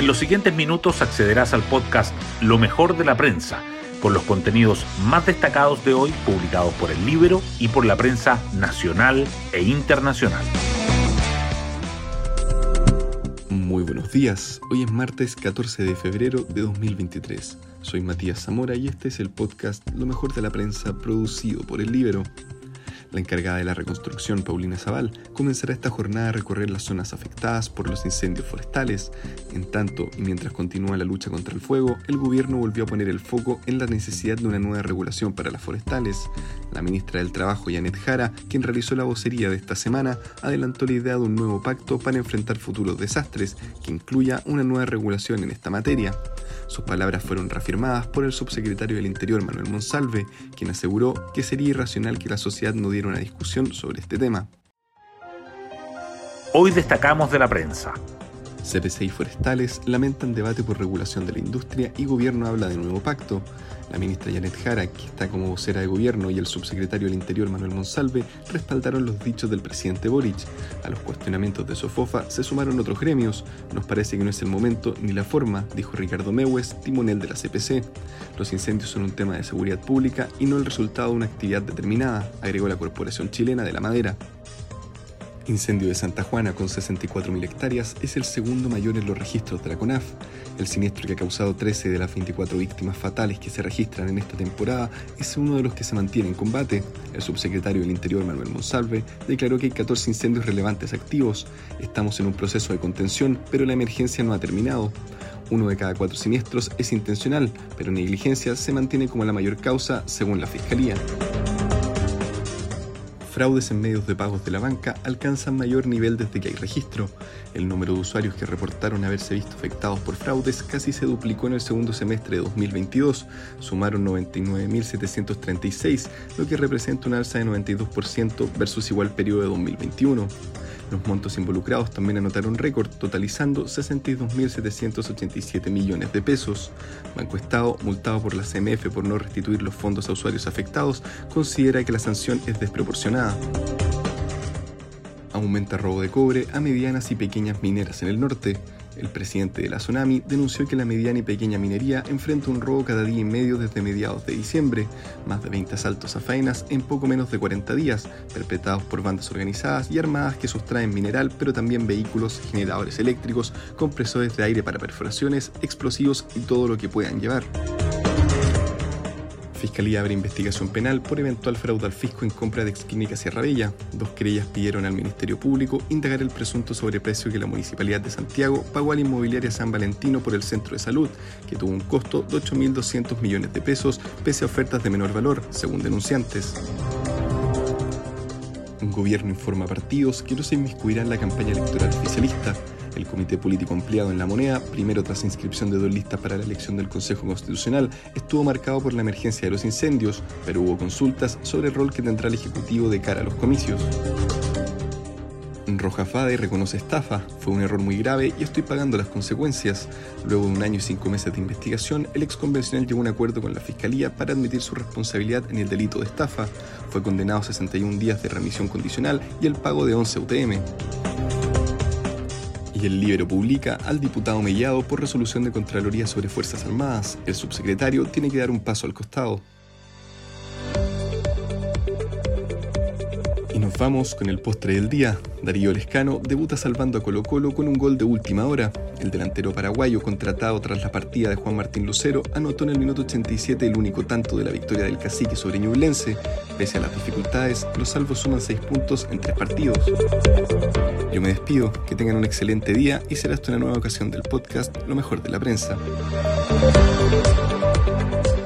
En los siguientes minutos accederás al podcast Lo mejor de la prensa, con los contenidos más destacados de hoy publicados por El Líbero y por la prensa nacional e internacional. Muy buenos días, hoy es martes 14 de febrero de 2023. Soy Matías Zamora y este es el podcast Lo mejor de la prensa producido por El Líbero. La encargada de la reconstrucción, Paulina Zabal, comenzará esta jornada a recorrer las zonas afectadas por los incendios forestales. En tanto, y mientras continúa la lucha contra el fuego, el gobierno volvió a poner el foco en la necesidad de una nueva regulación para las forestales. La ministra del Trabajo, Janet Jara, quien realizó la vocería de esta semana, adelantó la idea de un nuevo pacto para enfrentar futuros desastres, que incluya una nueva regulación en esta materia. Sus palabras fueron reafirmadas por el subsecretario del Interior, Manuel Monsalve, quien aseguró que sería irracional que la sociedad no diera una discusión sobre este tema. Hoy destacamos de la prensa. CPC y forestales lamentan debate por regulación de la industria y gobierno habla de nuevo pacto. La ministra Janet Jara, que está como vocera de gobierno, y el subsecretario del Interior, Manuel Monsalve, respaldaron los dichos del presidente Boric. A los cuestionamientos de Sofofa se sumaron otros gremios. Nos parece que no es el momento ni la forma, dijo Ricardo Meues, timonel de la CPC. Los incendios son un tema de seguridad pública y no el resultado de una actividad determinada, agregó la Corporación Chilena de la Madera. Incendio de Santa Juana con 64.000 hectáreas es el segundo mayor en los registros de la CONAF. El siniestro que ha causado 13 de las 24 víctimas fatales que se registran en esta temporada es uno de los que se mantiene en combate. El subsecretario del Interior, Manuel Monsalve, declaró que hay 14 incendios relevantes activos. Estamos en un proceso de contención, pero la emergencia no ha terminado. 1 de cada 4 siniestros es intencional, pero negligencia se mantiene como la mayor causa, según la Fiscalía. Fraudes en medios de pagos de la banca alcanzan mayor nivel desde que hay registro. El número de usuarios que reportaron haberse visto afectados por fraudes casi se duplicó en el segundo semestre de 2022. Sumaron 99.736, lo que representa un alza de 92% versus igual periodo de 2021. Los montos involucrados también anotaron récord, totalizando 62.787 millones de pesos. Banco Estado, multado por la CMF por no restituir los fondos a usuarios afectados, considera que la sanción es desproporcionada. Aumenta robo de cobre a medianas y pequeñas mineras en el norte. El presidente de la Tsunami denunció que la mediana y pequeña minería enfrenta un robo cada día y medio desde mediados de diciembre, más de 20 asaltos a faenas en poco menos de 40 días, perpetrados por bandas organizadas y armadas que sustraen mineral, pero también vehículos, generadores eléctricos, compresores de aire para perforaciones, explosivos y todo lo que puedan llevar. Fiscalía abre investigación penal por eventual fraude al fisco en compra de Exclínica Sierra Bella. 2 querellas pidieron al Ministerio Público indagar el presunto sobreprecio que la Municipalidad de Santiago pagó a la inmobiliaria San Valentino por el centro de salud, que tuvo un costo de 8.200 millones de pesos pese a ofertas de menor valor, según denunciantes. Un gobierno informa a partidos que no se inmiscuirán en la campaña electoral oficialista. El Comité Político Ampliado en La Moneda, primero tras inscripción de 2 listas para la elección del Consejo Constitucional, estuvo marcado por la emergencia de los incendios, pero hubo consultas sobre el rol que tendrá el Ejecutivo de cara a los comicios. Roja Fade reconoce estafa, fue un error muy grave y estoy pagando las consecuencias. Luego de 1 año y 5 meses de investigación, el exconvencional llegó a un acuerdo con la Fiscalía para admitir su responsabilidad en el delito de estafa. Fue condenado a 61 días de remisión condicional y el pago de 11 UTM. Y El Líbero publica al diputado Mellado por resolución de Contraloría sobre Fuerzas Armadas. El subsecretario tiene que dar un paso al costado. Y nos vamos con el postre del día. Darío Lescano debuta salvando a Colo-Colo con un gol de última hora. El delantero paraguayo, contratado tras la partida de Juan Martín Lucero, anotó en el minuto 87 el único tanto de la victoria del Cacique sobre Ñublense. Pese a las dificultades, los salvos suman 6 puntos en 3 partidos. Yo me despido, que tengan un excelente día y será hasta una nueva ocasión del podcast Lo mejor de la prensa.